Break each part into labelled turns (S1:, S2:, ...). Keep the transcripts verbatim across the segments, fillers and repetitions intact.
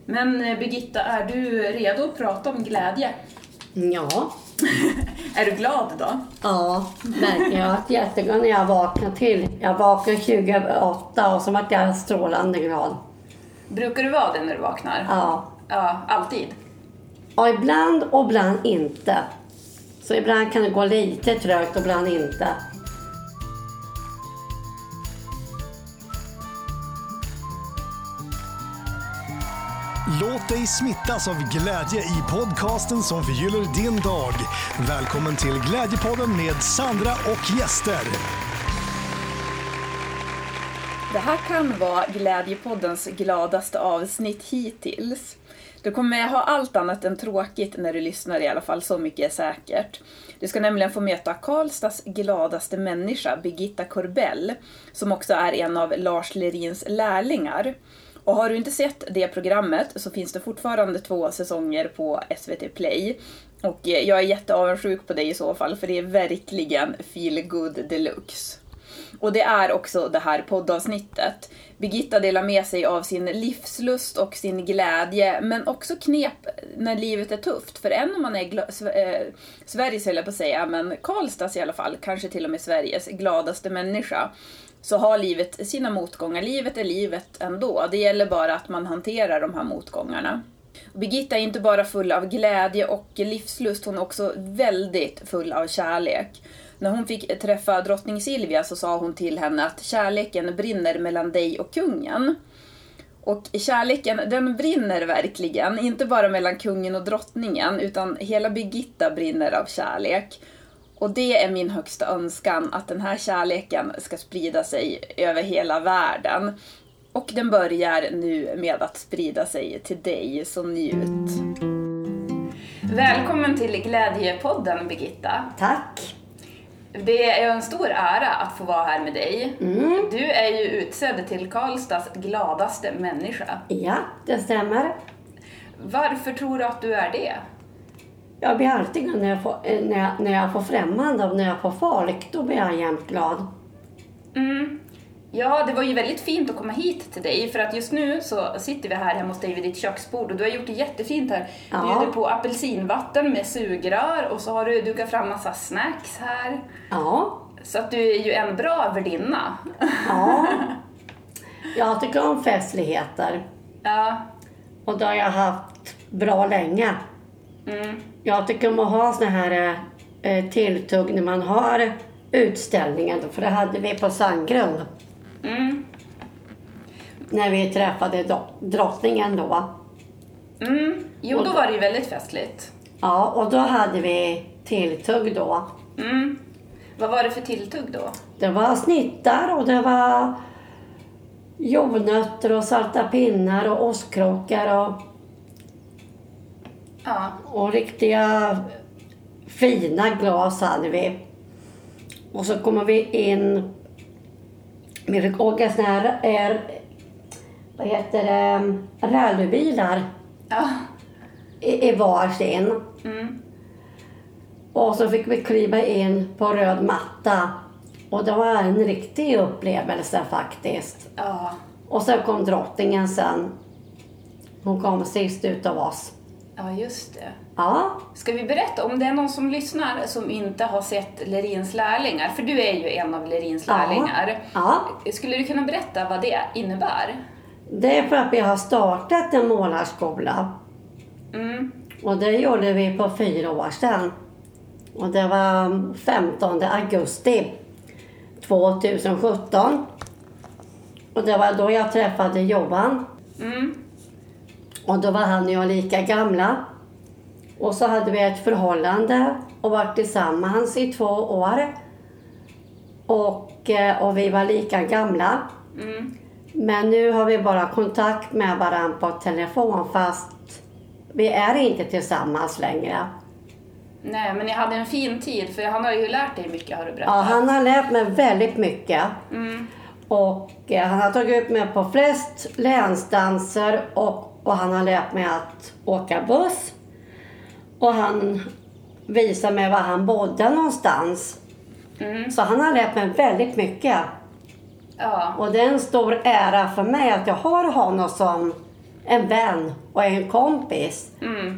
S1: Men Birgitta, är du redo att prata om glädje?
S2: Ja.
S1: Är du glad då?
S2: Ja, verkligen. Jag var jätteglad när jag vaknade till. Jag vaknade tjugoåtta och så var jag strålande glad.
S1: Brukar du vara det när du vaknar?
S2: Ja.
S1: Ja, alltid?
S2: Ja, ibland och ibland inte. Så ibland kan det gå lite trögt och ibland inte.
S3: Låt dig smittas av glädje i podcasten som förgyller din dag. Välkommen till Glädjepodden med Sandra och gäster.
S1: Det här kan vara Glädjepoddens gladaste avsnitt hittills. Du kommer ha allt annat än tråkigt när du lyssnar, i alla fall, så mycket är säkert. Du ska nämligen få möta Karlstads gladaste människa, Birgitta Korbell, som också är en av Lars Lerins lärlingar. Och har du inte sett det programmet så finns det fortfarande två säsonger på S V T Play. Och jag är jätteavundsjuk på dig i så fall, för det är verkligen feel good deluxe. Och det är också det här poddavsnittet. Birgitta delar med sig av sin livslust och sin glädje, men också knep när livet är tufft. För än om man är gla- äh, Sveriges, höll jag på att säga, men Karlstads i alla fall, kanske till och med Sveriges gladaste människa, så har livet sina motgångar. Livet är livet ändå. Det gäller bara att man hanterar de här motgångarna. Birgitta är inte bara full av glädje och livslust, hon är också väldigt full av kärlek. När hon fick träffa drottning Silvia så sa hon till henne att kärleken brinner mellan dig och kungen. Och kärleken, den brinner verkligen, inte bara mellan kungen och drottningen, utan hela Birgitta brinner av kärlek. Och det är min högsta önskan, att den här kärleken ska sprida sig över hela världen. Och den börjar nu med att sprida sig till dig, så njut. Välkommen till Glädjepodden, Birgitta.
S2: Tack.
S1: Det är en stor ära att få vara här med dig.
S2: Mm.
S1: Du är ju utsedd till Karlstads gladaste människa.
S2: Ja, det stämmer.
S1: Varför tror du att du är det?
S2: Jag blir alltid glad när jag får, när jag, när jag får främmande och när jag får folk. Då blir jag jämt glad.
S1: Mm. Ja, det var ju väldigt fint att komma hit till dig. För att just nu så sitter vi här hemma hos dig vid ditt köksbord. Och du har gjort det jättefint här.
S2: Ja.
S1: Du bjuder på apelsinvatten med sugrör. Och så har du dukat fram massa snacks här.
S2: Ja.
S1: Så att du är ju en bra värdinna.
S2: Ja. Jag tycker om festligheter.
S1: Ja.
S2: Och det har jag haft bra länge.
S1: Mm.
S2: Jag tycker om att ha såna här eh, tilltugg när man har utställningen. För det hade vi på Sandgrund.
S1: Mm.
S2: När vi träffade do- drottningen då.
S1: Mm. Jo, då var det ju väldigt festligt.
S2: Ja, och då hade vi tilltugg då.
S1: Mm. Vad var det för tilltugg då?
S2: Det var snittar och det var jordnötter och salta pinnar och ostkrokar och,
S1: Ja.
S2: och riktiga fina glas hade vi. Och så kommer vi in, vi fick åka såna här, är, vad heter det, rallybilar
S1: Ja.
S2: i, i varsin.
S1: Mm.
S2: Och så fick vi kliva in på röd matta. Och det var en riktig upplevelse faktiskt.
S1: Ja.
S2: Och sen kom drottningen sen. Hon kom sist ut av oss.
S1: Ja, just det.
S2: Ja.
S1: Ska vi berätta om det är någon som lyssnar som inte har sett Lerins lärlingar? För du är ju en av Lerins
S2: Ja.
S1: lärlingar.
S2: Ja.
S1: Skulle du kunna berätta vad det innebär?
S2: Det är för att vi har startat en målarskola.
S1: Mm.
S2: Och det gjorde vi på fyra år sedan. Och det var femtonde augusti tjugohundrasjutton. Och det var då jag träffade Johan.
S1: Mm.
S2: Och då var han och jag lika gamla. Och så hade vi ett förhållande och varit tillsammans i två år. Och, och vi var lika gamla.
S1: Mm.
S2: Men nu har vi bara kontakt med varandra på telefon, fast vi är inte tillsammans längre.
S1: Nej, men ni hade en fin tid, för han har ju lärt dig mycket, har du berättat.
S2: Ja, han har lärt mig väldigt mycket.
S1: Mm.
S2: Och eh, han har tagit upp mig på flest länsdanser och, och han har lärt mig att åka buss. Och han visar mig var han bodde någonstans.
S1: Mm.
S2: Så han har lärt mig väldigt mycket.
S1: Ja.
S2: Och det är en stor ära för mig att jag har honom som en vän och en kompis.
S1: Mm.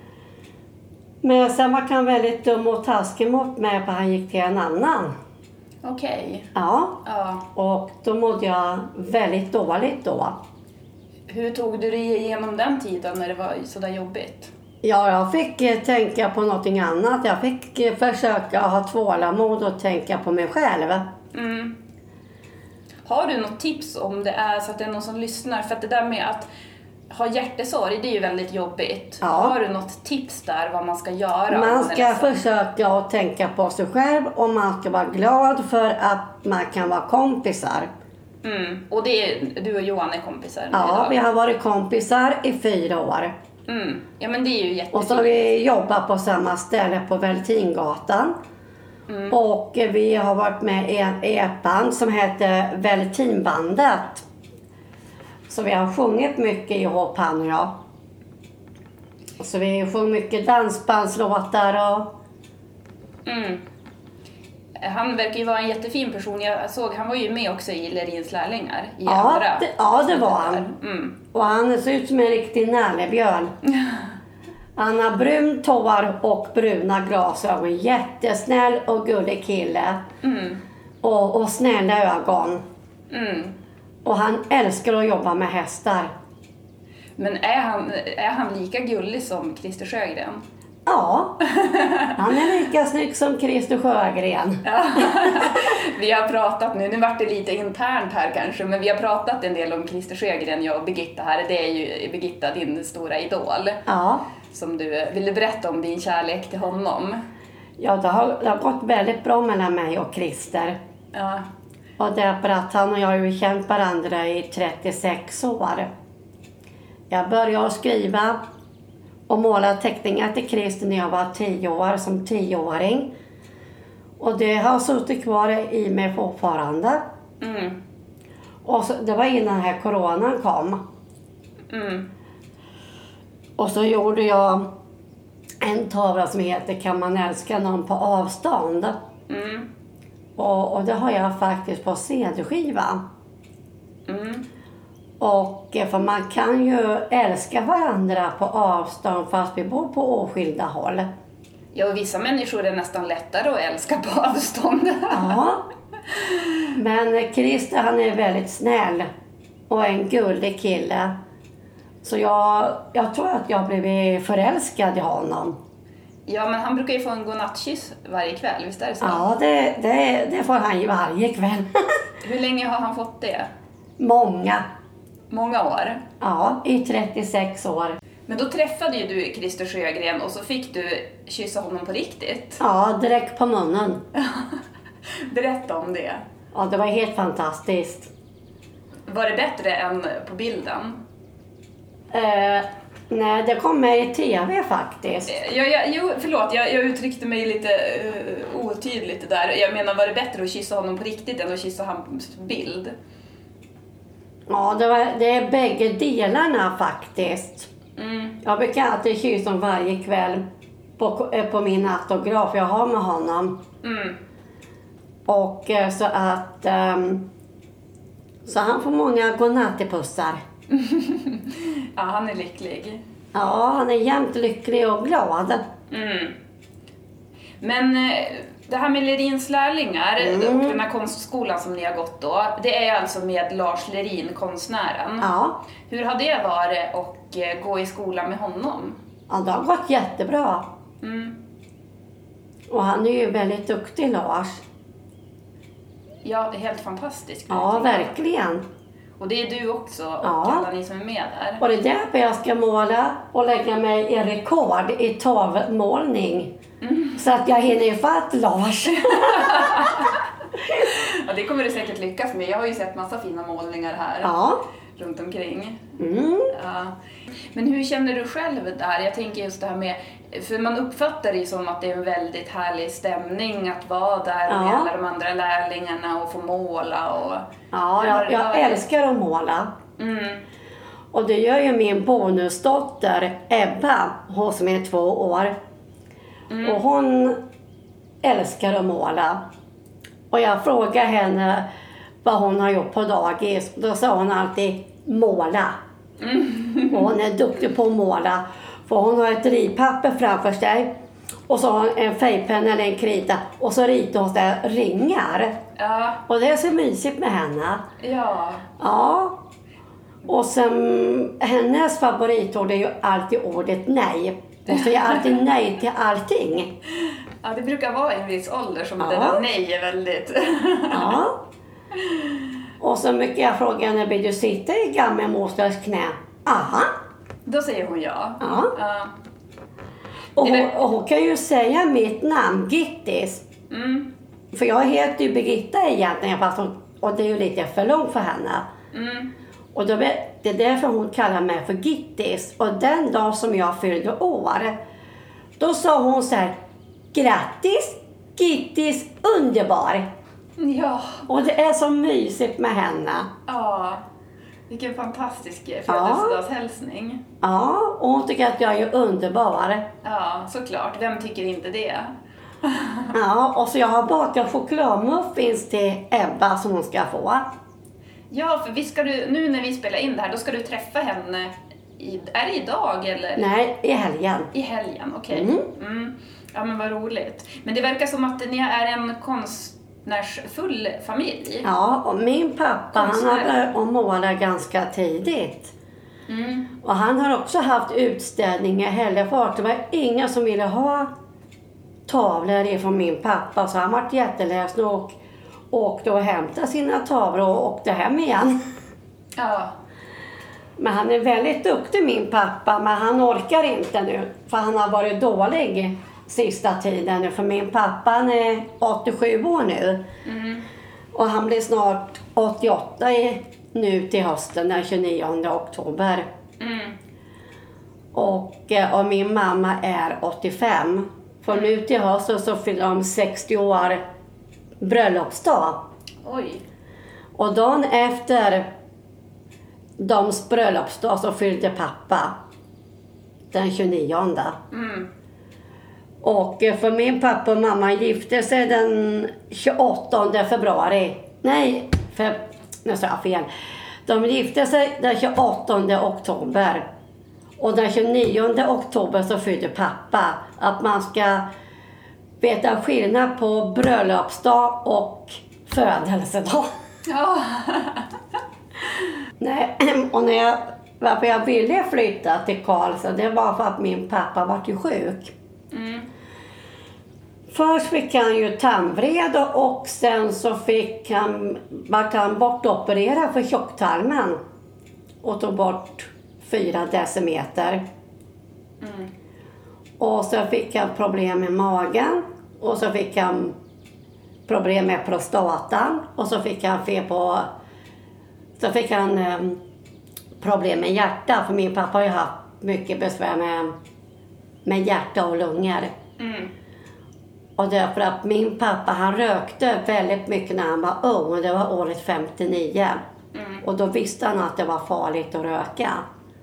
S2: Men sen var han väldigt dum och taskig mot mig för han gick till en annan.
S1: Okej. Okay.
S2: Ja.
S1: Ja.
S2: Och då mådde jag väldigt dåligt då.
S1: Hur tog du dig igenom den tiden när det var sådär jobbigt?
S2: Ja, jag fick eh, tänka på någonting annat. Jag fick eh, försöka ha tålamod och tänka på mig själv.
S1: Mm. Har du något tips om det är så att det är någon som lyssnar? För att det där med att ha hjärtesorg, det är ju väldigt jobbigt.
S2: Ja.
S1: Har du något tips där vad man ska göra?
S2: Man ska försöka att tänka på sig själv och man ska vara glad för att man kan vara kompisar.
S1: Mm. Och det är, du och Johan är kompisar
S2: Ja,
S1: idag.
S2: vi har varit kompisar i fyra år.
S1: Mm. Ja, men det är ju jättefint.
S2: Och så har vi jobbat på samma ställe på Veltingatan. Mm. Och vi har varit med i en e-band som heter Veltinbandet. Så vi har sjungit mycket ihop, han och jag. Så vi har sjungit mycket dansbandslåtar och...
S1: Mm. Han verkar ju vara en jättefin person. Jag såg, han var ju med också i Lerins lärlingar. I
S2: ja,
S1: andra.
S2: Det, ja, det var han.
S1: Mm.
S2: Och han ser ut som en riktig nallebjörn. Han har brunt hår och bruna glasögon. Jättesnäll och gullig kille.
S1: Mm.
S2: Och, och snälla ögon.
S1: Mm.
S2: Och han älskar att jobba med hästar.
S1: Men är han, är han lika gullig som Christer Sjögren?
S2: Ja, han är lika snygg som Christer Sjögren.
S1: Ja. Vi har pratat nu, nu vart det lite internt här kanske, men vi har pratat en del om Christer Sjögren, jag och Birgitta här. Det är ju Birgitta, din stora idol.
S2: Ja.
S1: Som du ville berätta om din kärlek till honom.
S2: Ja, det har, det har gått väldigt bra mellan mig och Christer.
S1: Ja.
S2: Och det är för att han och jag har ju känt varandra i trettiosex år. Jag började skriva och måla teckningar till Christer när jag var tio år, som tioåring. Och det har suttit kvar i mig fortfarande.
S1: Mm.
S2: Och så, det var innan den här coronan kom.
S1: Mm.
S2: Och så gjorde jag en tavla som heter Kan man älska någon på avstånd?
S1: Mm.
S2: Och, och det har jag faktiskt på C D-skiva.
S1: Mm.
S2: Och för man kan ju älska varandra på avstånd fast vi bor på åskilda håll.
S1: Ja, och vissa människor är nästan lättare att älska på avstånd.
S2: Ja. Men Christer, han är väldigt snäll och en gullig kille. Så jag, jag tror att jag blev förälskad i honom.
S1: Ja, men han brukar ju få en godnattkyss varje kväll, visst är det så?
S2: Ja, det, det, det får han ju varje kväll.
S1: Hur länge har han fått det?
S2: Många.
S1: Många år?
S2: Ja, i trettiosex år.
S1: Men då träffade ju du Christer Sjögren och så fick du kyssa honom på riktigt.
S2: Ja, direkt på munnen.
S1: Berätta om det.
S2: Ja, det var helt fantastiskt.
S1: Var det bättre än på bilden?
S2: Eh, nej, det kom med i tv faktiskt.
S1: Ja, ja, jo, förlåt, jag, jag uttryckte mig lite uh, otydligt där. Jag menar, var det bättre att kyssa honom på riktigt än att kyssa hans bild?
S2: Ja, det, var, det är bägge delarna faktiskt.
S1: Mm.
S2: Jag brukar alltid kyssa honom varje kväll på, på min autograf jag har med honom.
S1: Mm.
S2: Och eh, så att... Um, så han får många godnattipussar.
S1: Ja, han är lycklig.
S2: Ja, han är jämt lycklig och glad.
S1: Mm. Men det här med Lerins lärlingar
S2: Mm.
S1: och den här konstskolan som ni har gått då, det är alltså med Lars Lerin, konstnären.
S2: Ja.
S1: Hur har det varit att gå i skolan med honom?
S2: Ja, det har gått jättebra.
S1: Mm.
S2: Och han är ju väldigt duktig, Lars.
S1: Ja, det är helt fantastiskt.
S2: Ja, verkligen.
S1: Och det är du också och
S2: Ja.
S1: alla ni som är med där.
S2: Och det är därför jag ska måla och lägga mig i rekord i tavmålning. Mm. Så att jag hinner ifatt Lars.
S1: Ja, det kommer du säkert lyckas med. Jag har ju sett massa fina målningar här.
S2: Ja.
S1: Runt omkring.
S2: Mm.
S1: Ja. Men hur känner du själv där? Jag tänker just det här med, för man uppfattar det som att det är en väldigt härlig stämning att vara där med
S2: Ja.
S1: alla de andra lärlingarna och få måla. Och...
S2: Ja, jag, jag älskar att måla.
S1: Mm.
S2: Och det gör ju min bonusdotter Ebba, hon som är två år. Mm. Och hon älskar att måla. Och jag frågar henne vad hon har gjort på dagis. Då sa hon alltid måla. Mm. Och hon är duktig på att måla. För hon har ett ritpapper framför sig. Och så har hon en färgpenna eller en krita. Och så ritar hon där ringar.
S1: Ja.
S2: Och det är så mysigt med henne.
S1: Ja.
S2: Ja. Och sen hennes favoritord är ju alltid ordet nej. Hon säger alltid nej till allting.
S1: Ja, det brukar vara en viss ålder som
S2: Ja.
S1: det där nej är väldigt...
S2: Ja. Och så mycket jag frågar henne, vill du sitta i gamla mosters knä? Aha.
S1: Då säger hon ja.
S2: Ja.
S1: Ja.
S2: Och
S1: Det
S2: hon,
S1: är-
S2: och hon kan ju säga mitt namn, Gittis.
S1: Mm.
S2: För jag heter ju Birgitta egentligen, fast hon, och det är ju lite för långt för henne.
S1: Mm.
S2: Och då, vet- det är därför hon kallar mig för Gittis. Och den dag som jag fyllde år, då sa hon så här: grattis, Gittis, underbar.
S1: Ja.
S2: Och det är så mysigt med henne.
S1: Ja. Vilken fantastisk födelsedagshälsning.
S2: Ja, och hon tycker att jag är underbar.
S1: Ja, såklart. Vem tycker inte det?
S2: Ja, och så jag har bakat chokladmuffins till Ebba som hon ska få.
S1: Ja, för vi ska du, nu när vi spelar in det här, då ska du träffa henne. I, är det idag eller?
S2: Nej, i helgen.
S1: I helgen, okej.
S2: Mm.
S1: Mm. Ja, men vad roligt. Men det verkar som att ni är en konstnärsfull familj.
S2: Ja, och min pappa han
S1: Konstnär.
S2: har börjat att måla ganska tidigt.
S1: Mm.
S2: Och han har också haft utställningar i Hällefors. Det var inga som ville ha tavlor ifrån min pappa. Så han var jätteledsen och åkte och hämtade sina tavlor och åkte hem igen.
S1: Ja.
S2: Men han är väldigt duktig min pappa, men han orkar inte nu. För han har varit dålig sista tiden nu. För min pappa han är åttiosju år nu.
S1: Mm.
S2: Och han blir snart åttioåtta i, nu till hösten den tjugonionde oktober.
S1: Mm.
S2: Och, eh, och min mamma är åttiofem. För nu till hösten så fyller de sextio år bröllopsdag.
S1: Oj.
S2: Och dagen efter deras bröllopsdag så fyllde pappa den tjugonionde.
S1: Mm.
S2: Och eh, för min pappa och mamma gifte sig den tjugoåttonde februari. Nej, för, nu sa jag fel. De gifte sig den tjugoåttonde oktober. Och den tjugonionde oktober så fyllde pappa. Att man ska veta skillnad på bröllopsdag och födelsedag.
S1: Ja.
S2: Nej, och när jag, varför jag ville flytta till Karlstad, det var för att min pappa var ju sjuk.
S1: Mm.
S2: Först fick han ju tandvred och sen så fick han, vart han bortopererad för tjocktarmen och tog bort fyra decimeter.
S1: Mm.
S2: Och så fick han problem med magen och så fick han problem med prostatan och så fick han fel på, så fick han eh, problem med hjärta, för min pappa har ju haft mycket besvär med, med hjärta och lungor.
S1: Mm.
S2: Och därför att min pappa han rökte väldigt mycket när han var ung och det var året femtionio.
S1: Mm.
S2: Och då visste han att det var farligt att röka.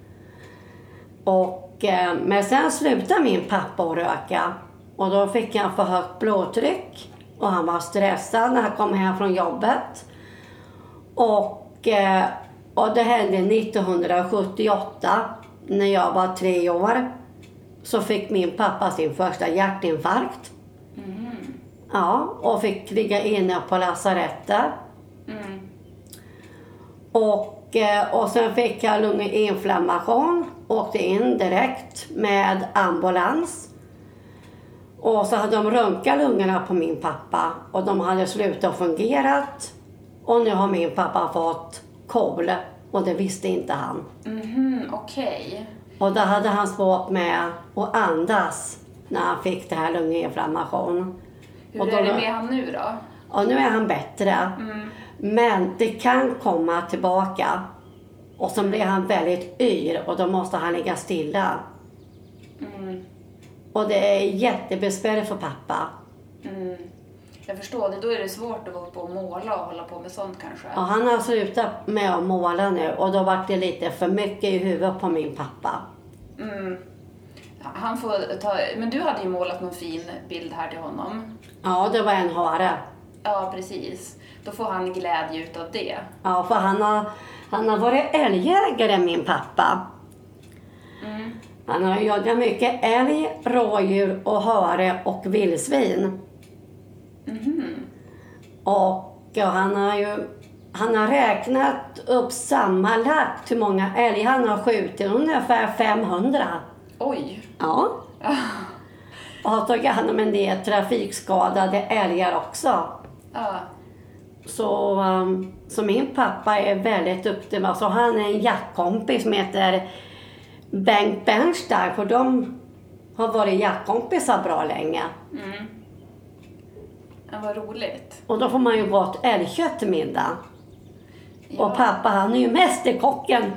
S2: Och, eh, men sen slutade min pappa att röka. Och då fick han för högt blodtryck. Och han var stressad när han kom hem från jobbet. Och, eh, och det hände nittonhundrasjuttioåtta när jag var tre år. Så fick min pappa sin första hjärtinfarkt.
S1: Mm.
S2: Ja, och fick ligga inne på lasarettet.
S1: Mm.
S2: Och, eh, och sen fick jag lunginflammation. Åkte in direkt med ambulans. Och så hade de röntgat lungorna på min pappa. Och de hade slutat fungerat. Och nu har min pappa fått KOL. Och det visste inte han.
S1: Mhm, okej.
S2: Och då hade han svårt med att andas när han fick det här lunginflammation.
S1: Hur
S2: Och då-
S1: är det med han nu då?
S2: Och nu är han bättre.
S1: Mm.
S2: Men det kan komma tillbaka. Och så blir han väldigt yr och då måste han ligga stilla.
S1: Mm.
S2: Och det är jättebesvärligt för pappa.
S1: Mm. Jag förstår det. Då är det svårt att vara på och måla och hålla på med sånt kanske.
S2: Och han har slutat med att måla nu och då var det lite för mycket i huvudet på min pappa.
S1: Mm. Han får ta... Men du hade ju målat någon fin bild här till honom.
S2: Ja, det var en hare.
S1: Ja, precis. Då får han glädje utav det.
S2: Ja, för han har, Han har varit älgjägare, min pappa.
S1: Mm.
S2: Han har jagat mycket älg, rådjur och hare och vildsvin.
S1: Mm.
S2: Och ja, han har ju han har räknat upp sammanlagt hur många älg han har skjutit. Ungefär femhundra.
S1: Oj.
S2: Ja. Och har tagit hand om en del trafikskadade älgar också.
S1: Ja.
S2: Så, um, så min pappa är väldigt duktig. Alltså, han är en jaktkompis som heter Bengt Bernstein. För de har varit jaktkompisar bra länge.
S1: Mm. Ja, vad roligt.
S2: Och då får man ju gott älgkött till middag.
S1: Ja.
S2: Och pappa, han är ju mästerkocken.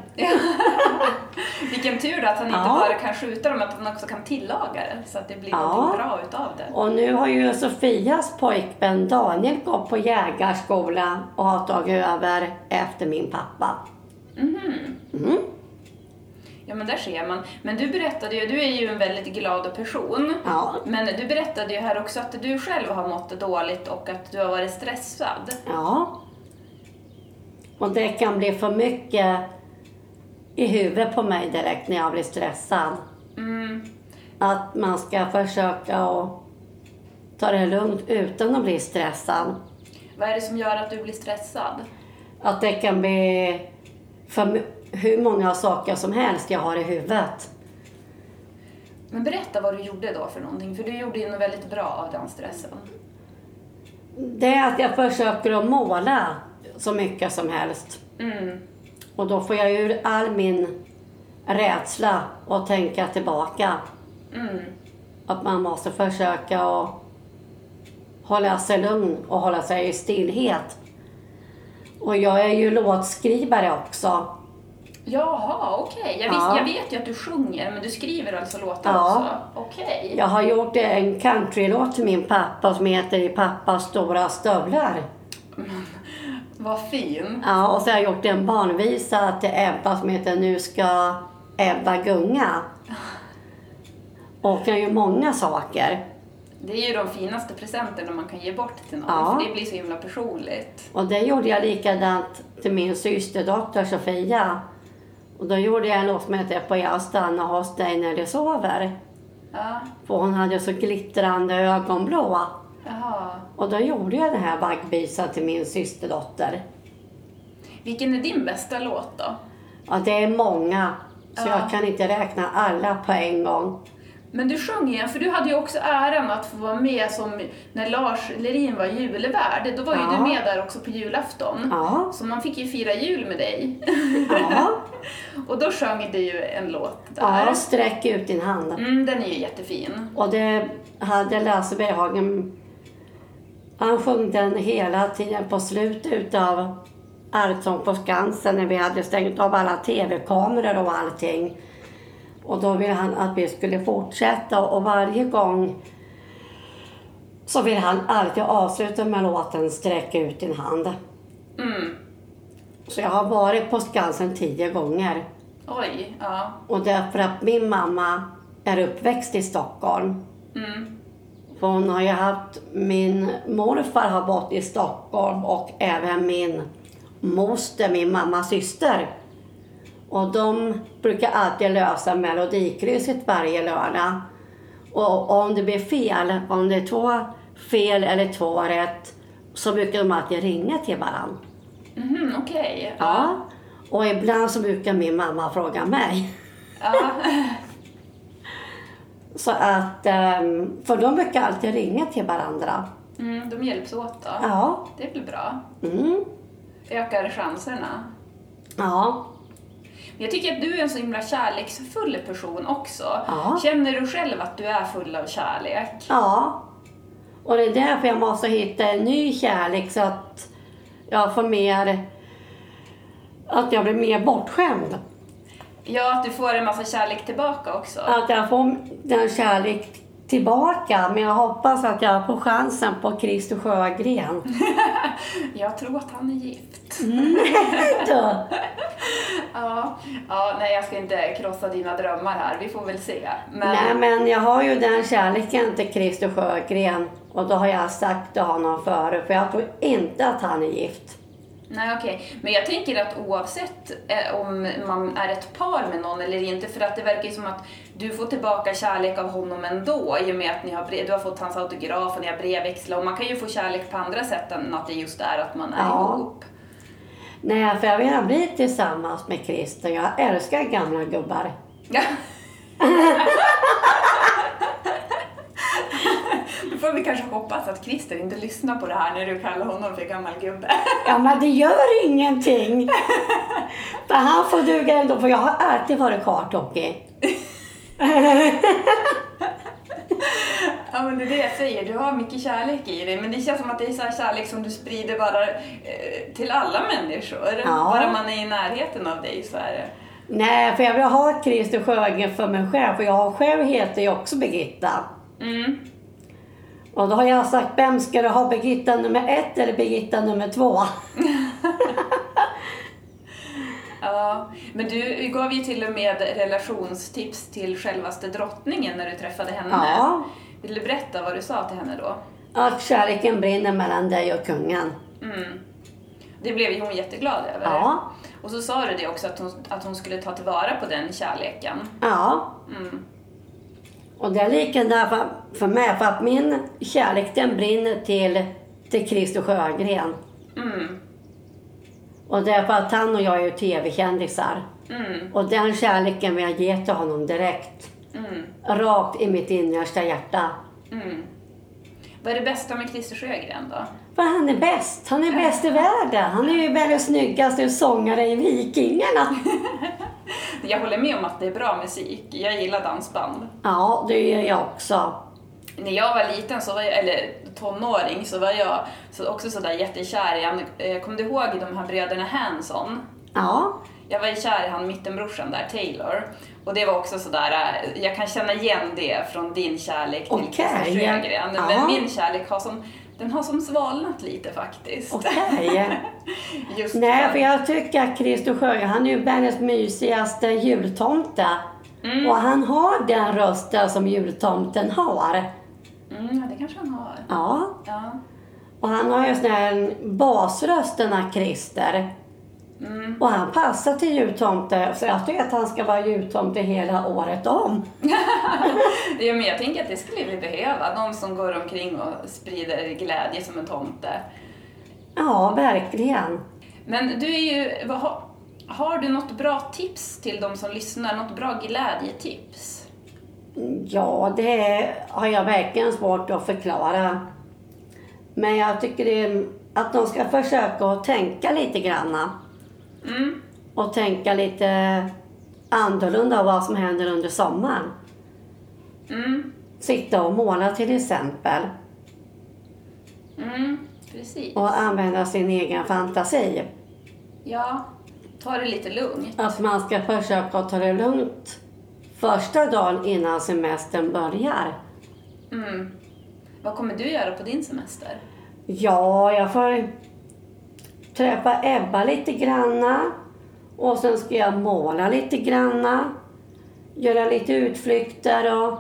S1: Vilken tur då att han inte
S2: Ja.
S1: bara kan skjuta dem, att han också kan tillaga det. Så att det blir
S2: Ja.
S1: något bra utav det.
S2: Och nu har ju Sofias pojkvän Daniel gått på jägarskola och har tagit över efter min pappa.
S1: Mhm.
S2: Mm.
S1: Ja, men där ser man. Men du berättade ju, du är ju en väldigt glad person.
S2: Ja.
S1: Men du berättade ju här också att du själv har mått dåligt och att du har varit stressad.
S2: Ja. Och det kan bli för mycket i huvudet på mig direkt när jag blir stressad.
S1: Mm.
S2: Att man ska försöka att ta det lugnt utan att bli stressad.
S1: Vad är det som gör att du blir stressad?
S2: Att det kan bli för hur många saker som helst jag har i huvudet.
S1: Men berätta vad du gjorde då för någonting. För du gjorde ju något väldigt bra av den stressen.
S2: Det är att jag försöker att måla så mycket som helst.
S1: Mm.
S2: Och då får jag ur all min rädsla och tänka tillbaka.
S1: Mm.
S2: Att man måste försöka att hålla sig lugn och hålla sig i stillhet. Och jag är ju låtskrivare också.
S1: Jaha, okej. Okay. Jag, visst,
S2: Ja.
S1: jag vet ju att du sjunger, men du skriver alltså låtar
S2: Ja.
S1: också. Okej. Okay.
S2: Jag har gjort en countrylåt till min pappa som heter I pappas stora stövlar.
S1: Vad fin.
S2: Ja, och så har jag gjort en barnvisa till Ebba som heter Nu ska Ebba gunga. Och jag gör ju många saker.
S1: Det är ju de finaste presenterna man kan ge bort till någon.
S2: Ja.
S1: För det blir så himla personligt.
S2: Och det gjorde jag likadant till min systerdotter Sofia. Och då gjorde jag en låt som heter På jag stanna hos dig när du sover.
S1: Ja.
S2: För hon hade så glittrande ögonblå.
S1: Jaha.
S2: Och då gjorde jag den här vaggvisan till min systerdotter.
S1: Vilken är din bästa låt då?
S2: Ja, det är många. Så
S1: Ja.
S2: jag kan inte räkna alla på en gång.
S1: Men du sjöng igen, för du hade ju också äran att få vara med som när Lars Lerin var julvärd. Då var ju
S2: Ja.
S1: du med där också på julafton.
S2: Ja.
S1: Så man fick ju fira jul med dig.
S2: Ja.
S1: Och då sjöng du ju en låt där.
S2: Ja, sträck ut din hand.
S1: Mm, den är ju jättefin.
S2: Och det hade Lasse Berghagen. Han sjöng den hela tiden på slutet av Allsång på Skansen när vi hade stängt av alla tv-kameror och allting. Och då ville han att vi skulle fortsätta och varje gång så vill han alltid avsluta med låten Sträck ut din hand.
S1: Mm.
S2: Så jag har varit på Skansen tio gånger.
S1: Oj, ja.
S2: Och därför att min mamma är uppväxt i Stockholm.
S1: Mm.
S2: För hon har ju haft, min morfar har bott i Stockholm och även min moster, min mammas syster. Och de brukar alltid lösa melodikrysset varje lördag. Och om det blir fel, om det är två fel eller två rätt, så brukar de alltid ringa till varandra.
S1: Mhm, okej.
S2: Ja. Och ibland så brukar min mamma fråga mig.
S1: Ja.
S2: Så att, ehm, för de brukar alltid ringa till varandra.
S1: Mm, de hjälps åt då.
S2: Ja.
S1: Det är väl bra.
S2: Mm.
S1: Ökar chanserna.
S2: Ja.
S1: Men jag tycker att du är en så himla kärleksfull person också.
S2: Ja.
S1: Känner du själv att du är full av kärlek?
S2: Ja. Och det är därför jag måste hitta en ny kärlek så att jag får mer, att jag blir mer bortskämd.
S1: Ja, att du får en massa kärlek tillbaka också.
S2: Att jag får den kärlek tillbaka. Men jag hoppas att jag får chansen på Christer Sjögren.
S1: Jag tror att han är gift.
S2: Mm. Då.
S1: Ja, ja, nej jag ska inte krossa dina drömmar här. Vi får väl se. Men...
S2: Nej, men jag har ju den kärleken till Christer Sjögren. Och då har jag sagt till honom förut. För jag tror inte att han är gift.
S1: Nej, okej. Okay. Men jag tänker att oavsett eh, om man är ett par med någon eller inte, för att det verkar som att du får tillbaka kärlek av honom ändå i och med att ni har brev, du har fått hans autograf och ni har brevväxlat, och man kan ju få kärlek på andra sätt än att det just är att man är
S2: ja.
S1: ihop.
S2: Nej, för jag vill bli tillsammans med Christer. Jag älskar gamla gubbar.
S1: Ja. Då får vi kanske hoppas att Christer inte lyssnar på det här när du kallar honom för gammal gubbe.
S2: Ja, men det gör ingenting. För han får duga ändå, för jag har alltid varit karthockey.
S1: Ja, men det är det jag säger. Du har mycket kärlek i dig. Men det känns som att det är så här kärlek som du sprider bara eh, till alla människor. Ja. Bara man är i närheten av dig så är det.
S2: Nej, för jag vill ha Christer Sjögren för mig själv. För jag själv heter ju också Birgitta.
S1: Mm.
S2: Och då har jag sagt, vem ska du ha, Birgitta nummer ett eller Birgitta nummer två?
S1: Ja, men du gav ju till och med relationstips till självaste drottningen när du träffade henne.
S2: Ja.
S1: Vill du berätta vad du sa till henne då?
S2: Att kärleken brinner mellan dig och kungen.
S1: Mm. Det blev ju hon jätteglad över.
S2: Ja.
S1: Och så sa du det också, att hon, att hon skulle ta tillvara på den kärleken.
S2: Ja.
S1: Mm.
S2: Och det är lika där för, för mig, för att min kärlek den brinner till, till Christer Sjögren.
S1: Mm.
S2: Och det är för att han och jag är ju tv-kändisar.
S1: Mm.
S2: Och den kärleken vill jag ge till honom direkt.
S1: Mm.
S2: Rakt i mitt innersta hjärta.
S1: Mm. Vad är det bästa med Christer Sjögren då?
S2: För han är bäst. Han är bäst i världen. Han är ju väldigt snyggaste sångare i Vikingarna.
S1: Jag håller med om att det är bra musik. Jag gillar dansband.
S2: Ja, det gör jag också.
S1: När jag var liten, så var jag, eller tonåring, så var jag så också sådär jättekär i han. Kom du ihåg de här bröderna Hanson?
S2: Ja.
S1: Jag var kär i han mittenbrorsan där, Taylor. Och det var också sådär, jag kan känna igen det från din kärlek till
S2: okay.
S1: Christer Sjögren.
S2: Ja.
S1: Men min kärlek har som, den har som svalnat lite faktiskt.
S2: Okej. Okay. Nej, för jag tycker att Christer Sjögren, han är ju världens mysigaste jultomte. Mm. Och han har den rösten som jultomten har.
S1: Mm, ja, det kanske han har.
S2: Ja.
S1: Ja.
S2: Och han har ju sån här basrösten av Christer. Mm. Och han passar till jultomte. Så jag tycker att han ska vara jultomte hela året om.
S1: Ja, men jag tänker att det skulle vi behöva. Någon som går omkring och sprider glädje som en tomte.
S2: Ja, verkligen.
S1: Men du är ju... Vad, har, har du något bra tips till de som lyssnar? Något bra glädjetips?
S2: Ja, det har jag verkligen svårt att förklara. Men jag tycker det är att de ska försöka att tänka lite granna.
S1: Mm.
S2: Och tänka lite annorlunda vad som händer under sommaren.
S1: Mm.
S2: Sitta och måla till exempel.
S1: Mm, precis.
S2: Och använda sin egen fantasi.
S1: Ja, ta det lite lugnt.
S2: Att man ska försöka ta det lugnt första dagen innan semestern börjar.
S1: Mm. Vad kommer du göra på din semester?
S2: Ja, jag får träffa Ebba lite granna. Och sen ska jag måla lite granna. Göra lite utflykter och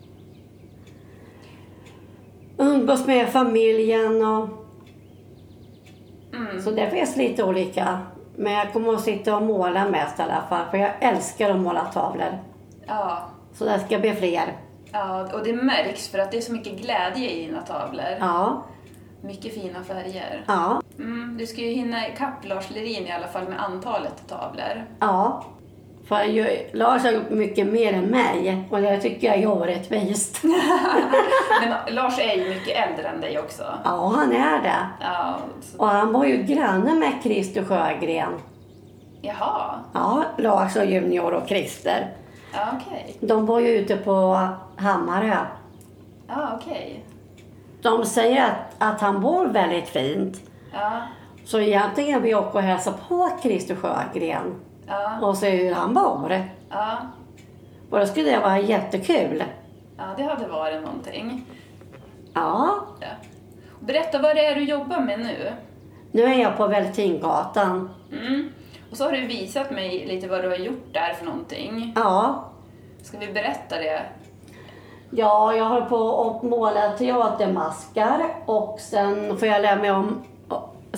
S2: umgås med familjen. Och... Mm. Så det finns lite olika. Men jag kommer att sitta och måla mest i alla fall. För jag älskar att måla tavlor.
S1: Ja.
S2: Så det ska bli fler.
S1: Ja, och det märks för att det är så mycket glädje i dina tavlor.
S2: Ja.
S1: Mycket fina färger.
S2: Ja.
S1: Mm, du ska ju hinna ikapp Lars Lerin i alla fall med antalet tavlor.
S2: Ja. För ju, Lars har gjort mycket mer än mig. Och det tycker jag är orättvist.
S1: Men Lars är ju mycket äldre än dig också.
S2: Ja, han är det.
S1: Ja, så...
S2: Och han var ju granne med Christer Sjögren.
S1: Jaha.
S2: Ja, Lars och Junior och Christer.
S1: Ja, okej. Okay.
S2: De bor ju ute på Hammarö.
S1: Ja, okej. Okay.
S2: De säger att, att han bor väldigt fint.
S1: Ja.
S2: Så egentligen vill jag åka och hälsa på Christer Sjögren.
S1: Ja.
S2: Och se hur han bor.
S1: Ja.
S2: Och då skulle det vara jättekul.
S1: Ja, det hade varit någonting.
S2: Ja.
S1: Ja. Berätta, vad det är du jobbar med nu?
S2: Nu är jag på Vältingatan.
S1: Mm. Och så har du visat mig lite vad du har gjort där för någonting.
S2: Ja.
S1: Ska vi berätta det?
S2: Ja, jag håller på att måla teatermaskar. Och sen får jag lära mig om... Sen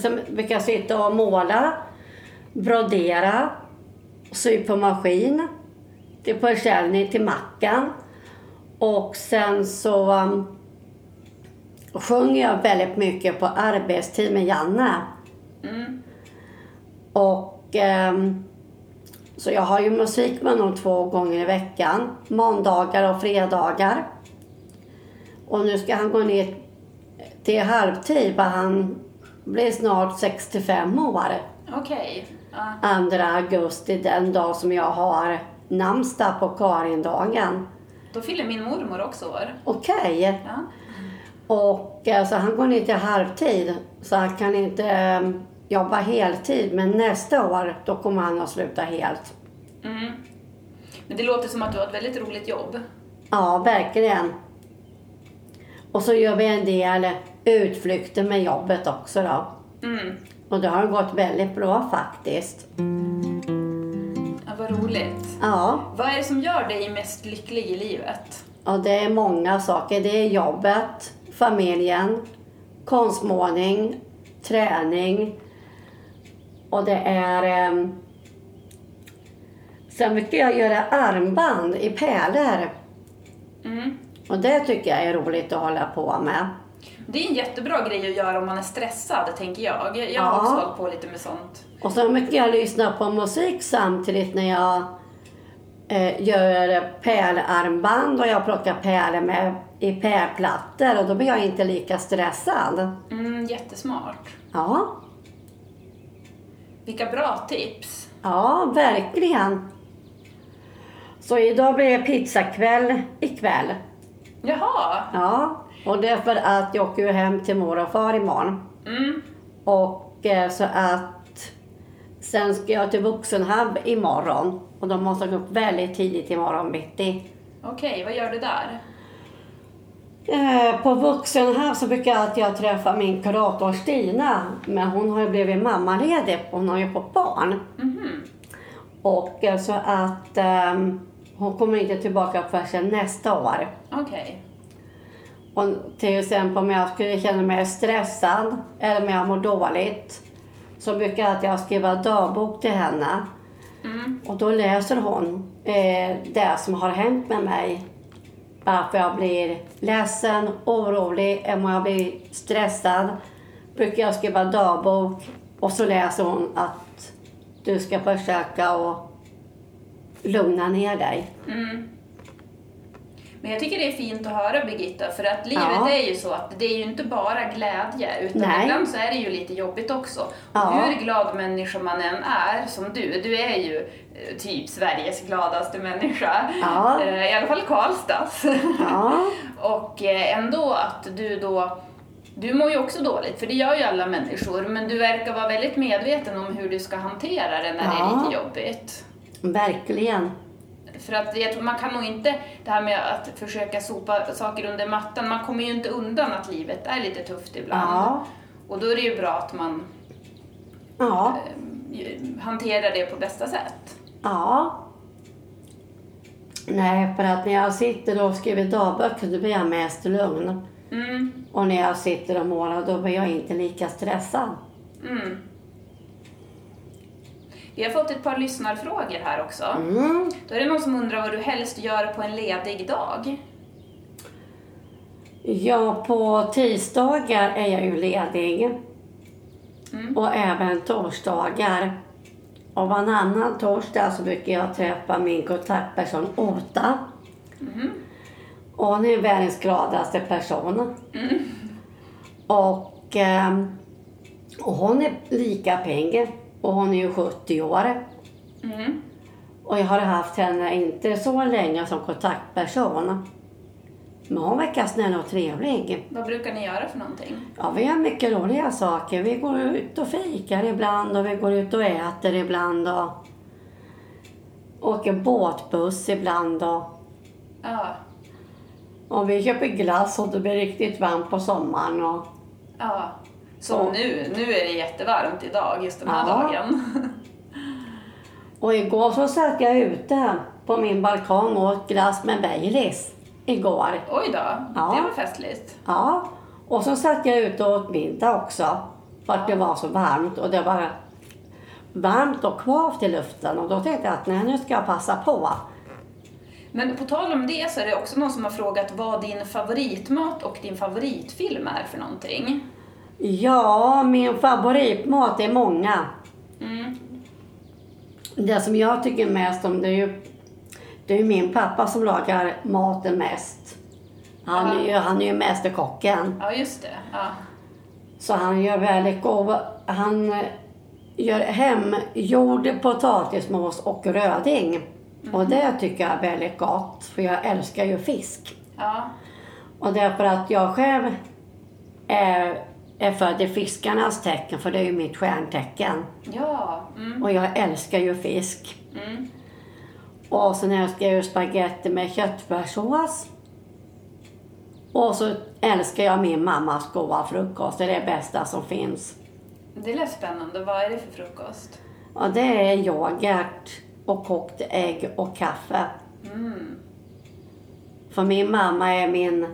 S2: sen brukar jag sitta och måla, brodera, sy på maskin. Till försäljning till mackan. Och sen så um, sjunger jag väldigt mycket på arbetstid med Janne. Mm. Och um, så jag har ju musik med honom två gånger i veckan. Måndagar och fredagar. Och nu ska han gå ner till halvtid. Han blir snart sextiofem år.
S1: Okej. Okay. Uh.
S2: andra augusti, den dag som jag har namnsdag på Karindagen.
S1: Då fyller min mormor också år.
S2: Okej. Okay.
S1: Ja.
S2: Och alltså, han går ner till halvtid. Så han kan inte um, jobba heltid. Men nästa år, då kommer han att sluta helt.
S1: Mm. Men det låter som att du har ett väldigt roligt jobb.
S2: Ja, verkligen. Och så gör vi en del utflykter med jobbet också då. Mm. Och det har gått väldigt bra faktiskt.
S1: Ja, vad roligt.
S2: Ja.
S1: Vad är det som gör dig mest lycklig i livet?
S2: Ja, det är många saker. Det är jobbet, familjen, konstmålning, träning. Och det är... Eh... Sen mycket jag göra armband i pärlor. Mm. Och det tycker jag är roligt att hålla på med.
S1: Det är en jättebra grej att göra om man är stressad, tänker jag. Jag har ja. också hållit på lite med sånt.
S2: Och så mycket jag lyssnar på musik samtidigt när jag eh, gör pärlarmband och jag plockar pärlor med i pärlplattor. Och då blir jag inte lika stressad.
S1: Mm, jättesmart.
S2: Ja.
S1: Vilka bra tips.
S2: Ja, verkligen. Så idag blir det pizzakväll ikväll.
S1: Jaha.
S2: Ja, och det är för att jag åker hem till mor och far imorgon. Mm. Och eh, så att sen ska jag till Vuxenhub imorgon. Och då måste jag gå upp väldigt tidigt imorgon bitti.
S1: Okej, okay, vad gör du där?
S2: Eh, på Vuxenhub så brukar jag att jag träffa min kurator Stina. Men hon har ju blivit mammaledig. Hon har ju fått barn. Mm-hmm. Och eh, så att eh, hon kommer inte tillbaka förrän nästa år.
S1: Okej. Okay.
S2: Och till exempel om jag skulle känna mig stressad eller om jag mår dåligt så brukar jag att jag skriva dagbok till henne. Mm. Och då läser hon eh, det som har hänt med mig. Varför jag blir ledsen, orolig, eller om jag blir stressad. Brukar jag skriva dagbok och så läser hon att du ska försöka att lugna ner dig. Mm.
S1: Men jag tycker det är fint att höra, Birgitta, för att livet ja. är ju så att det är ju inte bara glädje, utan Nej. ibland så är det ju lite jobbigt också. Ja. Och hur glad människa man än är, som du, du är ju typ Sveriges gladaste människa, ja. i alla fall Karlstads. Ja. Och ändå att du då, du mår ju också dåligt, för det gör ju alla människor, men du verkar vara väldigt medveten om hur du ska hantera det när ja. det är lite jobbigt.
S2: Verkligen.
S1: För att jag tror, man kan nog inte, det här med att försöka sopa saker under mattan, man kommer ju inte undan att livet är lite tufft ibland. Ja. Och då är det ju bra att man ja. eh, hanterar det på bästa sätt.
S2: Ja. Nej, för att när jag sitter och skriver dagböcker då blir jag mest lugn. Mm. Och när jag sitter och målar då blir jag inte lika stressad. Mm.
S1: Vi har fått ett par lyssnarfrågor här också. Mm. Då är det någon som undrar vad du helst gör på en ledig dag.
S2: Ja, på tisdagar är jag ju ledig. Mm. Och även torsdagar. Och varannan torsdag så brukar jag träffa min kontaktperson Ota. Mm. Och hon är världens gladaste person. Mm. Och, och hon är lika pengar. Och hon är ju sjuttio år. Mm. Och jag har haft henne inte så länge som kontaktperson. Men hon verkar snäll och trevlig.
S1: Vad brukar ni göra för någonting?
S2: Ja, vi gör mycket roliga saker. Vi går ut och fikar ibland. Och vi går ut och äter ibland. Och åker båtbuss ibland. Och,
S1: ja.
S2: och vi köper glass och det blir riktigt varmt på sommaren. Och,
S1: ja. Som nu. Nu är det jättevarmt idag, just den här ja. dagen.
S2: Och igår så satt jag ute på min balkong och åt glass med Baileys. Igår.
S1: Oj då, ja. det var festligt.
S2: Ja, och så satt jag ute och åt middag också. för att det var så varmt och det var varmt och kvavt i luften. Och då tänkte jag att nej, nu ska jag passa på.
S1: Men på tal om det så är det också någon som har frågat vad din favoritmat och din favoritfilm är för någonting.
S2: Ja, min favoritmat är många.
S1: Mm.
S2: Det som jag tycker mest om det är ju, det är ju min pappa som lagar maten mest. Han är ju, han är ju mästerkocken.
S1: Ja, just det. Ja.
S2: Så han gör väldigt god. Han gör hemgjord potatismos och röding. Mm. Och det tycker jag är väldigt gott. För jag älskar ju fisk.
S1: Ja.
S2: Och det är för att jag själv är, är född i fiskarnas tecken. För det är ju mitt stjärntecken.
S1: Ja. Mm.
S2: Och jag älskar ju fisk.
S1: Mm.
S2: Och sen älskar jag ju spaghetti med köttfärssås. Och så älskar jag min mammas goda frukost. Det är det bästa som finns.
S1: Det lät spännande. Vad är det för frukost?
S2: Och det är yoghurt och kokt ägg och kaffe.
S1: Mm.
S2: För min mamma är min...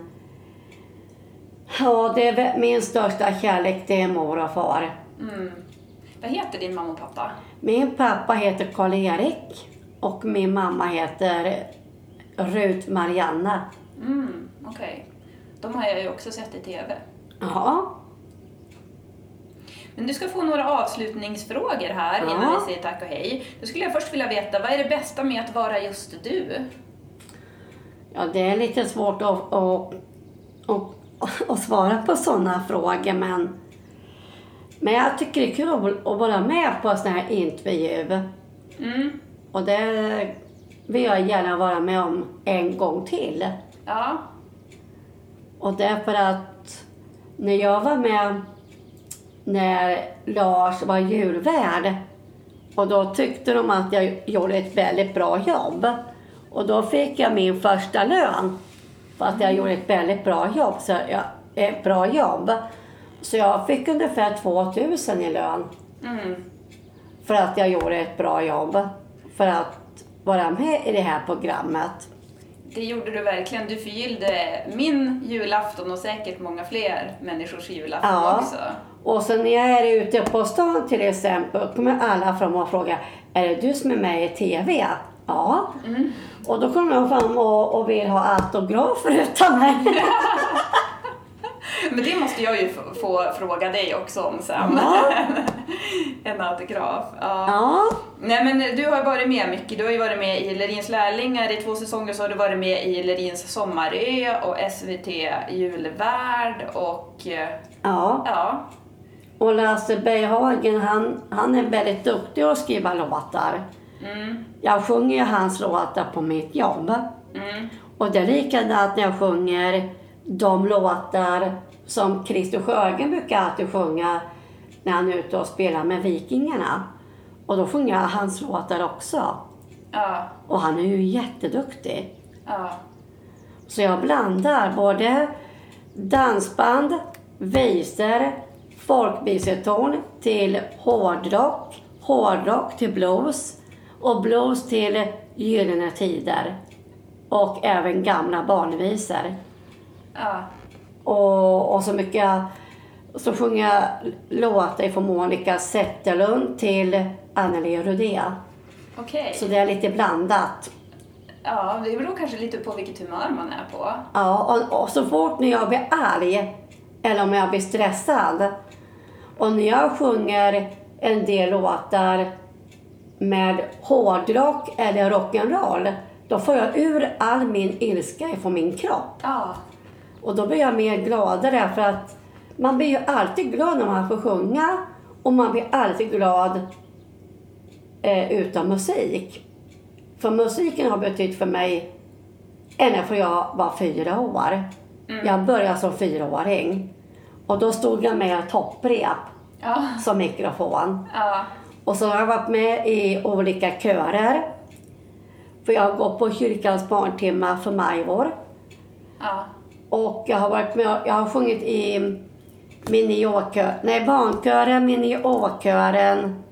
S2: Ja, det är min största kärlek, det är mor och far.
S1: Mm. Vad heter din mamma och pappa?
S2: Min pappa heter Karl-Erik. Och min mamma heter Rut Marianna.
S1: Mm, okej. Okay. De har jag ju också sett i tv.
S2: Ja.
S1: Men du ska få några avslutningsfrågor här
S2: ja.
S1: innan vi säger tack och hej. Då skulle jag först vilja veta, vad är det bästa med att vara just du?
S2: Ja, det är lite svårt att, att, att, att svara på sådana frågor. Men, men jag tycker det är kul att vara med på en sån här intervju.
S1: Mm.
S2: Och det vill jag gärna vara med om en gång till.
S1: Ja.
S2: Och det är för att när jag var med när Lars var djurvärd. Och då tyckte de att jag gjorde ett väldigt bra jobb. Och då fick jag min första lön. För att jag gjorde ett väldigt bra jobb. Så jag, ett bra jobb. Så jag fick ungefär tvåtusen i lön.
S1: Mm.
S2: För att jag gjorde ett bra jobb. För att vara med i det här programmet.
S1: Det gjorde du verkligen. Du förgyllde min julafton och säkert många fler människors julafton
S2: ja.
S1: också.
S2: Och så när jag är ute på stan till exempel kommer alla fram och frågar, är det du som är med i tv? Ja. Mm. Och då kommer de fram och, och vill ha autografer utan mig.
S1: Men det måste jag ju få, få fråga dig också om sen.
S2: Ja.
S1: En autograf. Ja.
S2: ja.
S1: Nej, men du har varit med mycket. Du har ju varit med i Lerins lärlingar i två säsonger. Så har du varit med i Lerins sommarö och S V T julvärd och...
S2: Ja.
S1: ja.
S2: Och Lasse Berghagen, han, han är väldigt duktig att skriva låtar.
S1: Mm.
S2: Jag sjunger ju hans låtar på mitt jobb.
S1: Mm.
S2: Och det är likadant när jag sjunger de låtar som Christer Sjögren brukar alltid sjunga när han är ute och spelar med Vikingarna. Och då sjunger jag hans låtar också.
S1: Ja.
S2: Och han är ju jätteduktig.
S1: Ja.
S2: Så jag blandar både dansband, visor, folkviseton till hårdrock, hårdrock till blues och blues till gyllene tider. Och även gamla barnvisor.
S1: Ja.
S2: Och, och så mycket, så sjunger jag låtar från Monica Zetterlund till Anneli Rudé.
S1: Okej. Okay.
S2: Så det är lite blandat.
S1: Ja, det beror kanske lite på vilket humör man är på.
S2: Ja, och, och så fort när jag blir arg eller om jag blir stressad och när jag sjunger en del låtar med hårdrock eller rock'n'roll, då får jag ur all min ilska från min kropp.
S1: Ja. Och
S2: då blir jag mer gladare för att man blir ju alltid glad när man får sjunga och man blir alltid glad eh, utan musik. För musiken har betytt för mig ända för jag var fyra år. Mm. Jag började som fyraåring. Och då stod jag med topprep
S1: ja.
S2: som mikrofon.
S1: Ja.
S2: Och så har jag varit med i olika körer. För jag går på kyrkans barntimmar för majvår.
S1: Ja.
S2: Och jag har varit med, jag har sjungit i mini-åkör, nej barnkören, mini-åkören,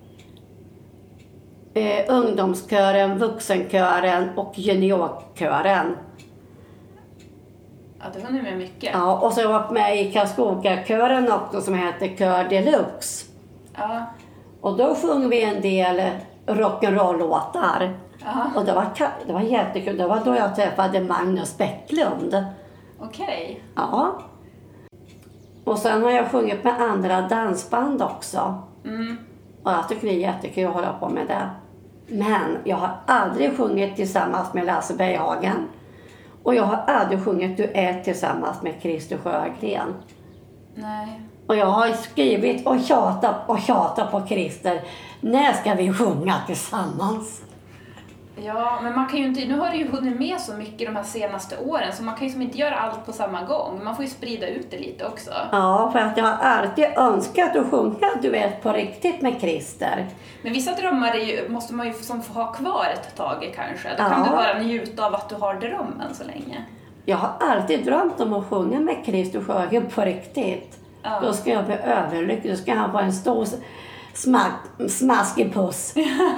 S2: eh, ungdomskören, vuxenkören och juniorkören.
S1: Ja, du var med mycket.
S2: Ja, och så har jag varit med i Karlskoga-kören också som heter Kör Deluxe.
S1: Ja.
S2: Och då sjunger vi en del rock'n'roll-låtar.
S1: Ja.
S2: Och det var, det var jättekul. Det var då jag träffade Magnus Bäcklund.
S1: Okej. Okay.
S2: Ja. Och sen har jag sjungit med andra dansband också.
S1: Mm.
S2: Och jag tycker det är jättekul att hålla på med det. Men jag har aldrig sjungit tillsammans med Lasse Berghagen. Och jag har aldrig sjungit duett tillsammans med Christer Sjögren.
S1: Nej.
S2: Och jag har skrivit och tjatat och tjatat på Christer. När ska vi sjunga tillsammans?
S1: Ja, men man kan ju inte, nu har det ju hunnit med så mycket de här senaste åren så man kan ju som inte göra allt på samma gång. Man får ju sprida ut det lite också.
S2: Ja, för att jag har alltid önskat att sjunga duett på riktigt med Christer.
S1: Men vissa drömmar är ju, måste man ju som få ha kvar ett tag kanske. Då
S2: Ja.
S1: kan du bara njuta av att du har drömmen så länge.
S2: Jag har alltid drömt om att sjunga med Christer Sjögren på riktigt.
S1: Ja.
S2: Då ska jag bli överlycklig. Då ska han få en stor smack, smaskig puss.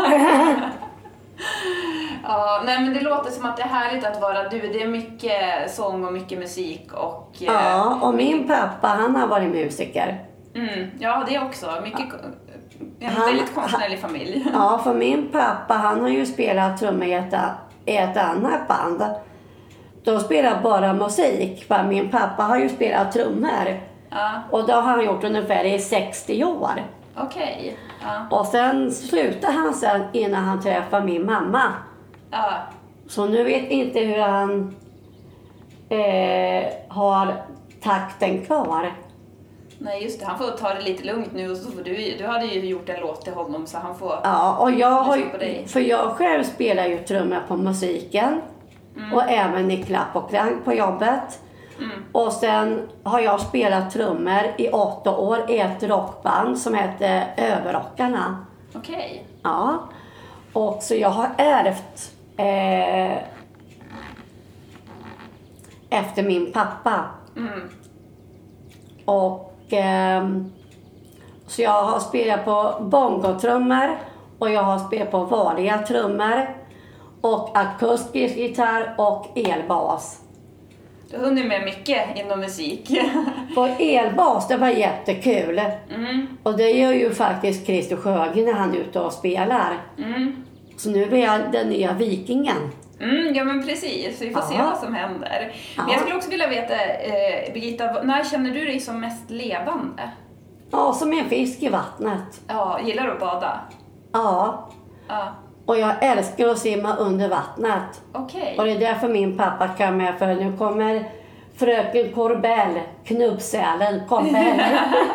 S1: Ja, nej men det låter som att det är härligt att vara du. Det är mycket sång och mycket musik och...
S2: Ja, och min pappa han har varit musiker.
S1: Mm, ja, det också. Mycket, en
S2: Han-
S1: väldigt konstnärlig familj.
S2: Ja, för min pappa han har ju spelat trummor i ett, i ett annat band. De spelar bara musik. För min pappa har ju spelat trummor.
S1: Ja,
S2: Och då har han gjort ungefär i sextio år.
S1: okej. Ja,
S2: Och sen slutade han sen innan han träffade min mamma.
S1: ja.
S2: Så nu vet inte hur han eh, har takten kvar.
S1: Nej, just det. Han får ta det lite lugnt nu. Och så får du, du hade ju gjort en låt till honom så han får...
S2: Ja, och jag har
S1: lyssna på dig.
S2: ju, för jag själv spelar ju trummor på musiken.
S1: Mm.
S2: Och även i klapp och klang på jobbet.
S1: Mm.
S2: Och sen har jag spelat trummor i åtta år i ett rockband som heter Överrockarna.
S1: Okej.
S2: Ja. Och så jag har ärvt eh, efter min pappa.
S1: Mm.
S2: Och ehm, så jag har spelat på bongotrummor och jag har spelat på vanliga trummor och akustisk gitarr och elbas.
S1: Du har hunnit med mycket inom musik.
S2: På elbas, det var jättekul.
S1: Mm.
S2: Och det gör ju faktiskt Christer Sjögren när han är ute och spelar.
S1: Mm.
S2: Så nu är jag den nya vikingen.
S1: Mm, ja men precis, vi får se
S2: Ja.
S1: vad som händer. Men
S2: Ja.
S1: jag skulle också vilja veta, eh, Birgitta, när känner du dig som mest levande?
S2: Ja, som en fisk i vattnet.
S1: Ja, gillar du att bada?
S2: Ja,
S1: Ja,
S2: och jag älskar att simma under vattnet.
S1: okej.
S2: Och det är därför min pappa kan med, för nu kommer fröken Korbell, knubbsälen, kommer.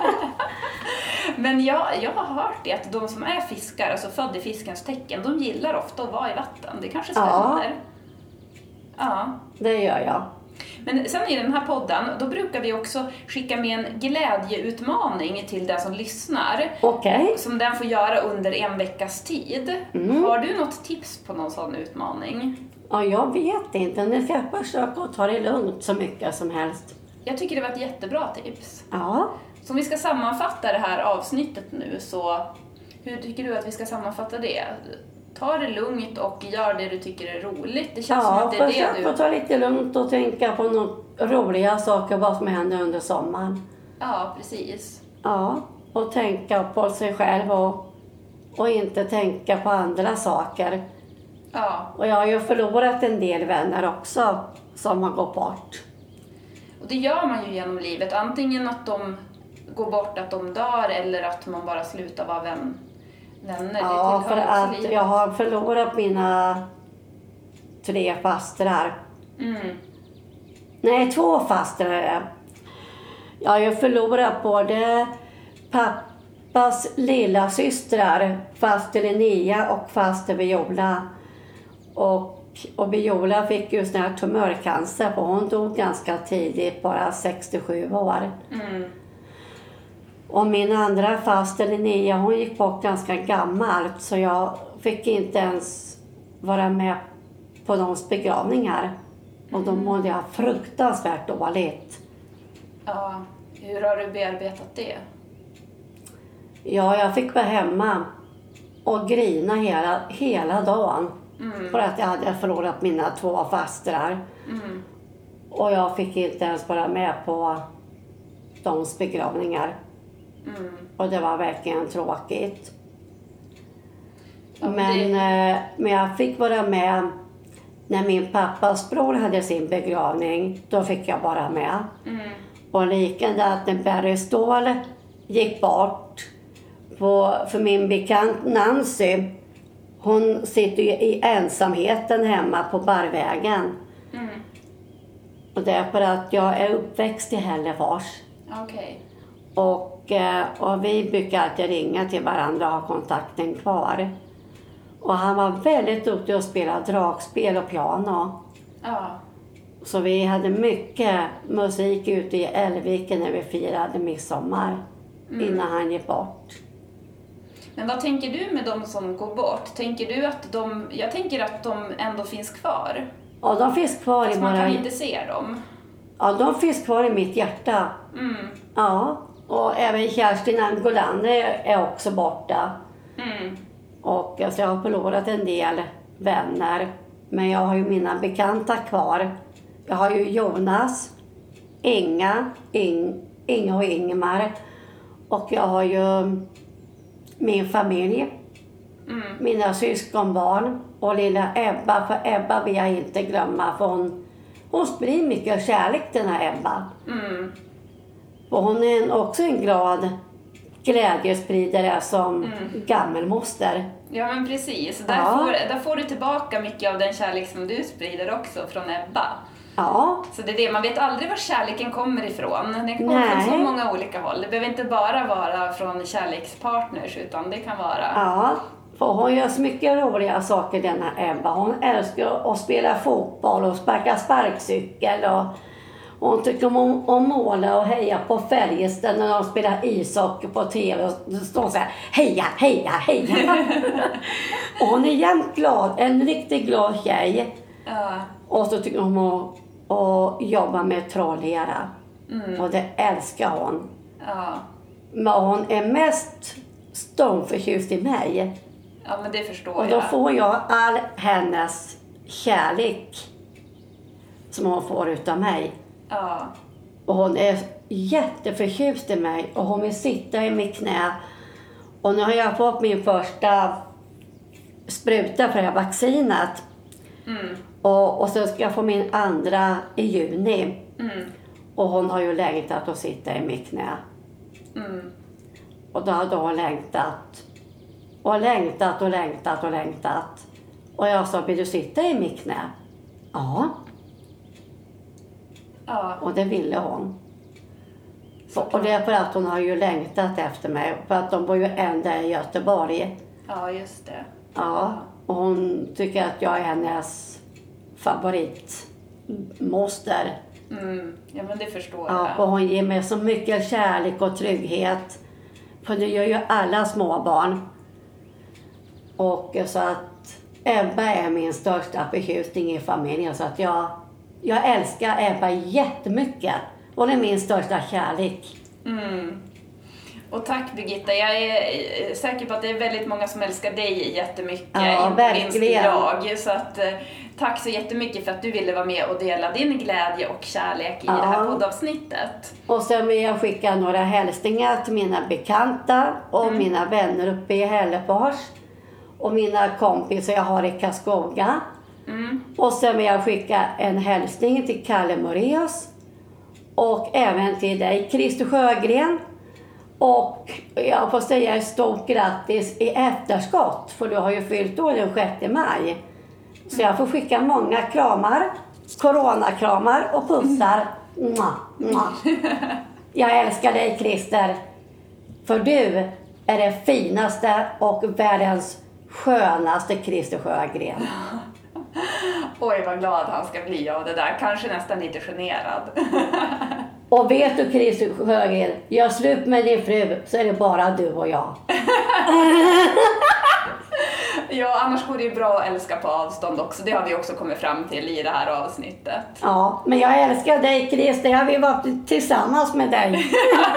S1: Men jag, jag har hört det att de som är fiskar, alltså född i fiskens tecken, de gillar ofta att vara i vatten. Det kanske stämmer. Ja.
S2: Det gör jag.
S1: Men sen i den här podden, då brukar vi också skicka med en glädjeutmaning till den som lyssnar.
S2: Okej.
S1: Som den får göra under en veckas tid.
S2: Mm.
S1: Har du något tips på någon sån utmaning?
S2: Ja, jag vet inte. Nu ska jag försöka att ta det lugnt så mycket som helst.
S1: Jag tycker det var ett jättebra tips.
S2: Ja.
S1: Så om vi ska sammanfatta det här avsnittet nu, så hur tycker du att vi ska sammanfatta det? Ta det lugnt och gör det du tycker är roligt. Det känns som
S2: Ja,
S1: att det är
S2: försök
S1: det du...
S2: att ta lite lugnt och tänka på några roliga saker, vad som händer under sommaren.
S1: Ja, precis.
S2: Ja, och tänka på sig själv och, och inte tänka på andra saker.
S1: Ja,
S2: Och jag har ju förlorat en del vänner också som har gått bort.
S1: och det gör man ju genom livet. Antingen att de går bort, att de dör, eller att man bara slutar vara vän, vänner.
S2: Ja,
S1: det
S2: för
S1: tillhör också
S2: att
S1: livet.
S2: jag har förlorat mina tre fastrar.
S1: Mm.
S2: Nej, två fastrar är det. Jag har ju förlorat både pappas lilla systrar, faster Linnea och faster Viola. Och, och Viola fick ju sån här tumörcancer, för hon dog ganska tidigt, bara sextiosju år.
S1: Mm.
S2: Och min andra faster Linnea, hon gick bort ganska gammalt, så jag fick inte ens vara med på deras begravningar. Och då mådde jag fruktansvärt dåligt.
S1: Ja, hur har du bearbetat det?
S2: Ja, jag fick vara hemma och grina hela, hela dagen.
S1: Mm.
S2: För att jag hade förlorat mina två fastrar.
S1: Mm.
S2: Och jag fick inte ens vara med på de begravningar.
S1: Mm.
S2: Och det var verkligen tråkigt.
S1: Ja,
S2: men,
S1: det...
S2: eh, men jag fick vara med när min pappas bror hade sin begravning. Då fick jag vara med.
S1: Mm.
S2: Och likadant att när Barry Ståhl gick bort. På, för min bekant Nancy. Hon sitter ju i ensamheten hemma på Barrvägen.
S1: Mm.
S2: Och det är för att jag är uppväxt i Hällefors.
S1: Okej. Okay.
S2: Och, och vi brukar alltid ringa till varandra och ha kontakten kvar. Och han var väldigt duktig att spela dragspel och piano.
S1: Ja.
S2: Så vi hade mycket musik ute i Älgviken när vi firade midsommar. Mm. Innan han gick bort.
S1: Men vad tänker du med de som går bort? Tänker du att de, jag tänker att de ändå finns kvar.
S2: Ja, de finns kvar.
S1: Fast
S2: i
S1: man
S2: våra...
S1: kan inte se dem.
S2: Ja, de finns kvar i mitt hjärta.
S1: Mm.
S2: Ja, och även Kerstin Angolander är också borta.
S1: Mm.
S2: Och alltså, jag har förlorat en del vänner. Men jag har ju mina bekanta kvar. Jag har ju Jonas, Inga, In, Inga och Ingmar. Och jag har ju min familj. Mm. Mina syskonbarn och lilla Ebba. För Ebba vill jag inte glömma. För hon, hon sprider mycket kärlek, den här Ebba.
S1: Mm.
S2: Och hon är en, också en glad glädjespridare som mm. gammelmoster.
S1: Ja, men precis. Där,
S2: ja.
S1: får, där får du tillbaka mycket av den kärlek som du sprider också från Ebba.
S2: Ja.
S1: Så det är det, man vet aldrig var kärleken kommer ifrån. Den kommer Nej. från så många olika håll. Det behöver inte bara vara från kärlekspartners, utan det kan vara...
S2: Ja, för hon gör så mycket roliga saker, denna Ebba. Hon älskar att spela fotboll och sparka sparkcykel. Och hon tycker om att måla och heja på Färjestad när de spelar ishockey på tv. Och står så här, heja, heja, heja. Och hon är jämt glad, en riktigt glad tjej.
S1: Ja.
S2: Och så tycker hon om att jobba med trolljära. Mm. Och det älskar hon.
S1: Ja.
S2: Men hon är mest stormförtjust i mig.
S1: Ja, men det förstår jag.
S2: Och då får jag all hennes kärlek som hon får utav mig.
S1: Ja.
S2: Och hon är jätteförtjust i mig. Och hon vill sitta i mitt knä. Och nu har jag fått min första spruta för det här vaccinet. Mm. Och, och så ska jag få min andra i juni. Mm. Och hon har ju längtat att sitta i mitt knä. Mm. Och då hade hon längtat. Och längtat och längtat och längtat. Och jag sa, vill du sitta i mitt knä? Ja.
S1: Ja.
S2: Och det ville hon. Så, och det är för att hon har ju längtat efter mig. För att de bor ju ända i Göteborg.
S1: Ja, just det.
S2: Ja. Och hon tycker att jag är hennes favoritmoster.
S1: Mm. Ja, men det förstår
S2: ja,
S1: jag.
S2: Och hon ger mig så mycket kärlek och trygghet. För det gör ju alla små barn. Och så att Ebba är min största förtjusning i familjen. Så att jag, jag älskar Ebba jättemycket. Hon är min största kärlek.
S1: Mm. Och tack Birgitta, jag är säker på att det är väldigt många som älskar dig jättemycket.
S2: Ja,
S1: inte minst
S2: verkligen.
S1: jag. Så att, tack så jättemycket för att du ville vara med och dela din glädje och kärlek i ja. det här poddavsnittet.
S2: Och sen vill jag skicka några hälsningar till mina bekanta och mm. mina vänner uppe i Hällefors. Och mina kompisar jag har i Karlskoga. Mm. Och sen vill jag skicka en hälsning till Kalle Moreus. Och även till dig, Christer Sjögren. Och jag får säga ett stort grattis i efterskott. För du har ju fyllt år den sjätte maj. Så jag får skicka många kramar. Coronakramar och pussar. Mwah, mwah. Jag älskar dig Christer. För du är det finaste och världens skönaste Christer Sjögren.
S1: Oj, vad glad han ska bli av det där. Kanske nästan lite generad.
S2: Och vet du Christer Sjögren, gör slut med din fru så är det bara du och jag.
S1: Ja, annars går det ju bra att älska på avstånd också. Det har vi också kommit fram till i det här avsnittet.
S2: Ja, men jag älskar dig Christer. Jag vill vara tillsammans med dig.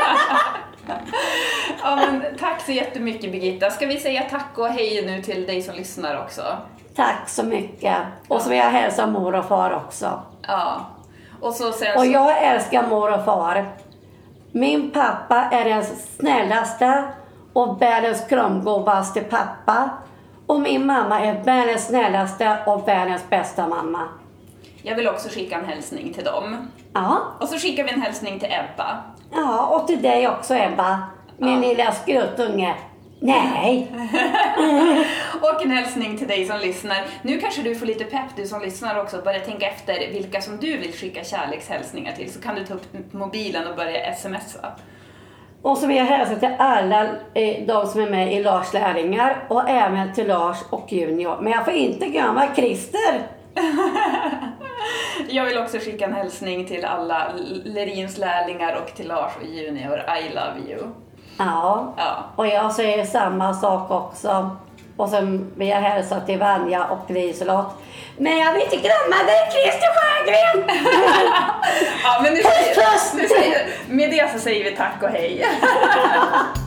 S1: Ja, men tack så jättemycket Birgitta. Ska vi säga tack och hej nu till dig som lyssnar också?
S2: Tack så mycket. Och så vill jag hälsa mor och far också.
S1: Ja. Och, så sen
S2: och
S1: så...
S2: jag älskar mor och far. Min pappa är den snällaste och världens kramgodaste pappa. Och min mamma är världens snällaste och världens bästa mamma.
S1: Jag vill också skicka en hälsning till dem.
S2: Ja.
S1: Och så skickar vi en hälsning till Ebba.
S2: Ja, och till dig också, Ebba. Min
S1: ja.
S2: lilla skruttunge. Nej.
S1: Och en hälsning till dig som lyssnar. Nu kanske du får lite pepp, du som lyssnar också. Börja tänka efter vilka som du vill skicka kärlekshälsningar till. Så kan du ta upp mobilen och börja smsa.
S2: Och så vill jag hälsa till alla eh, de som är med i Lars lärlingar. Och även till Lars och Junior. Men jag får inte glömma Christer.
S1: Jag vill också skicka en hälsning till alla Lerins lärlingar och till Lars och Junior. I love you.
S2: Ja.
S1: ja,
S2: Och jag säger samma sak också. Och sen vill jag hälsa till Vanja och Liselott. Men jag vill inte glömma dig, Christer Sjögren!
S1: Ja, men nu säger, nu säger, med det så säger vi tack och hej.